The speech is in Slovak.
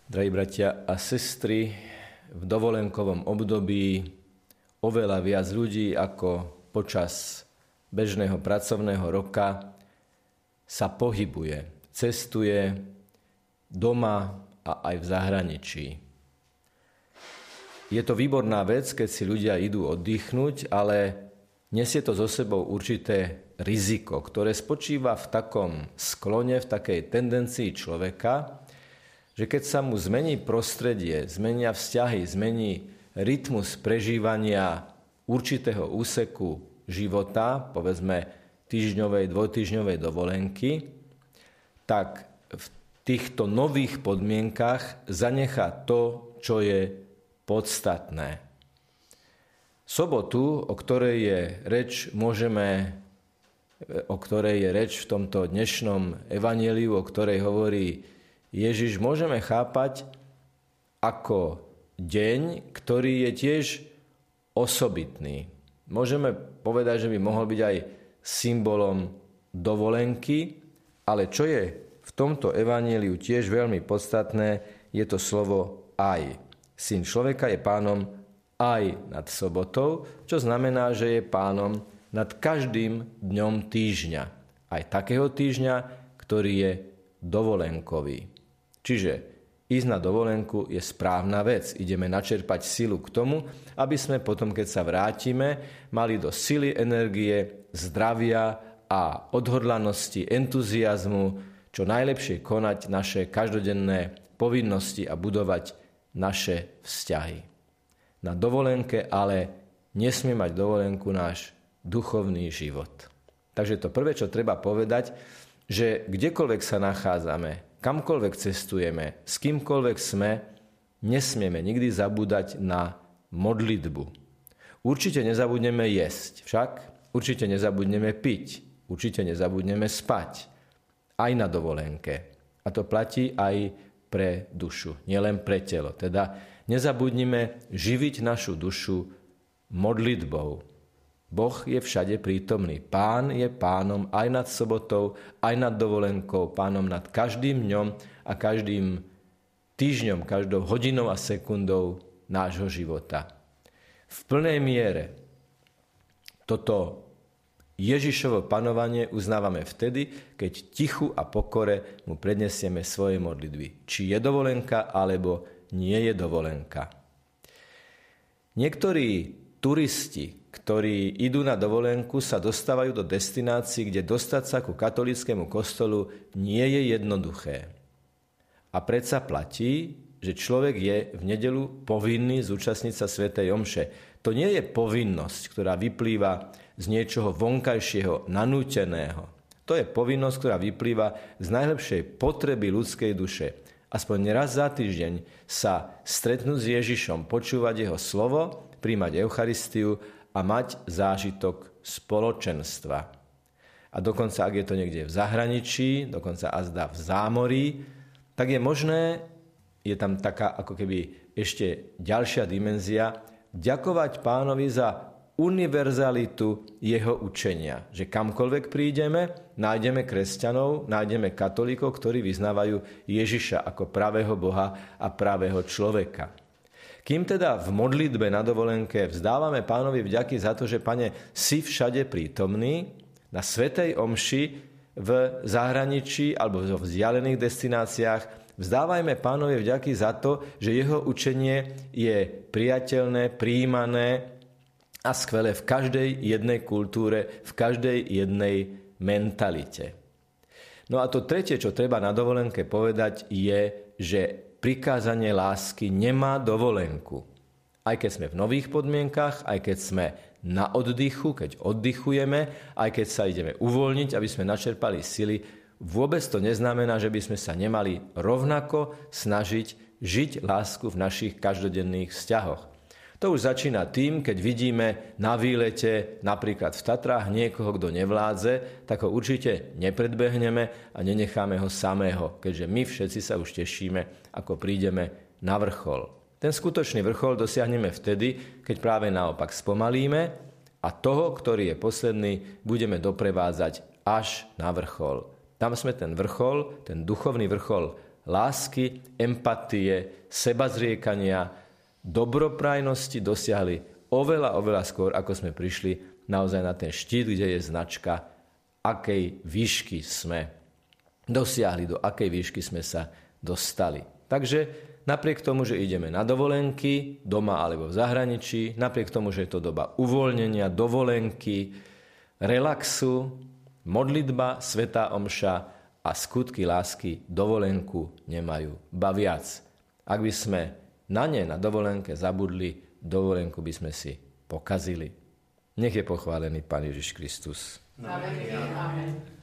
Drahí bratia a sestry, v dovolenkovom období oveľa viac ľudí ako počas bežného pracovného roka sa pohybuje, cestuje doma a aj v zahraničí. Je to výborná vec, keď si ľudia idú oddychnúť, ale nesie to so sebou určité riziko, ktoré spočíva v takom sklone, v takej tendencii človeka, že keď sa mu zmení prostredie, zmenia vzťahy, zmení rytmus prežívania určitého úseku života, povedzme týždňovej, dvojtýždňovej dovolenky, tak v týchto nových podmienkach zanechá to, čo je podstatné. Sobotu, o ktorej je reč v tomto dnešnom evanjeliu, o ktorej hovorí Ježiš, môžeme chápať ako deň, ktorý je tiež osobitný. Môžeme povedať, že by mohol byť aj symbolom dovolenky, ale čo je v tomto evanjeliu tiež veľmi podstatné, je to slovo aj. Syn človeka je pánom aj nad sobotou, čo znamená, že je pánom nad každým dňom týždňa. Aj takého týždňa, ktorý je dovolenkový. Čiže ísť na dovolenku je správna vec. Ideme načerpať silu k tomu, aby sme potom, keď sa vrátime, mali do sily, energie, zdravia a odhodlanosti, entuziazmu, čo najlepšie konať naše každodenné povinnosti a budovať naše vzťahy. Na dovolenke ale nesmie mať dovolenku náš duchovný život. Takže to prvé, čo treba povedať, že kdekoľvek sa nachádzame, kamkoľvek cestujeme, s kýmkoľvek sme, nesmieme nikdy zabúdať na modlitbu. Určite nezabudneme jesť, však určite nezabudneme piť, určite nezabudneme spať, aj na dovolenke. A to platí aj pre dušu, nielen pre telo. Teda nezabudnime živiť našu dušu modlitbou. Boh je všade prítomný. Pán je pánom aj nad sobotou, aj nad dovolenkou, pánom nad každým dňom a každým týždňom, každou hodinou a sekundou nášho života. V plnej miere toto Ježišovo panovanie uznávame vtedy, keď tichu a pokore mu prednesieme svoje modlitby. Či je dovolenka, alebo nie je dovolenka. Niektorí turisti, ktorí idú na dovolenku, sa dostávajú do destinácií, kde dostať sa ku katolíckemu kostolu nie je jednoduché. A predsa platí, že človek je v nedeľu povinný zúčastniť sa svätej omše. To nie je povinnosť, ktorá vyplýva z niečoho vonkajšieho, nanúteného. To je povinnosť, ktorá vyplýva z najlepšej potreby ľudskej duše. Aspoň raz za týždeň sa stretnúť s Ježišom, počúvať jeho slovo, príjmať Eucharistiu a mať zážitok spoločenstva. A dokonca, ak je to niekde v zahraničí, dokonca azda v zámorí, tak je možné, je tam taká ako keby ešte ďalšia dimenzia, ďakovať Pánovi za univerzalitu jeho učenia. Že kamkoľvek prídeme, nájdeme kresťanov, nájdeme katolíkov, ktorí vyznávajú Ježiša ako pravého Boha a pravého človeka. Kým teda v modlitbe na dovolenke vzdávame Pánovi vďaky za to, že Pane, si všade prítomný, na svätej omši v zahraničí alebo v vzdialených destináciách, vzdávajme Pánovi vďaky za to, že jeho učenie je priateľné, prijímané a skvelé v každej jednej kultúre, v každej jednej mentalite. No a to tretie, čo treba na dovolenke povedať, je, že prikázanie lásky nemá dovolenku. Aj keď sme v nových podmienkach, aj keď sme na oddychu, keď oddychujeme, aj keď sa ideme uvoľniť, aby sme načerpali sily, vôbec to neznamená, že by sme sa nemali rovnako snažiť žiť lásku v našich každodenných vzťahoch. To už začína tým, keď vidíme na výlete, napríklad v Tatrách, niekoho, kto nevládze, tak ho určite nepredbehneme a nenecháme ho samého, keďže my všetci sa už tešíme, ako prídeme na vrchol. Ten skutočný vrchol dosiahneme vtedy, keď práve naopak spomalíme a toho, ktorý je posledný, budeme doprevádzať až na vrchol. Tam sme ten vrchol, ten duchovný vrchol lásky, empatie, sebazriekania, dobroprajnosti dosiahli oveľa skôr, ako sme prišli naozaj na ten štít, kde je značka, akej výšky sme dosiahli, do akej výšky sme sa dostali. Takže napriek tomu, že ideme na dovolenky, doma alebo v zahraničí, napriek tomu, že je to doba uvoľnenia, dovolenky, relaxu, modlitba, svätá omša a skutky lásky dovolenku nemajú, ba viac. Ak by sme na ne na dovolenke zabudli, dovolenku by sme si pokazili. Nech je pochválený Pán Ježiš Kristus. Amen.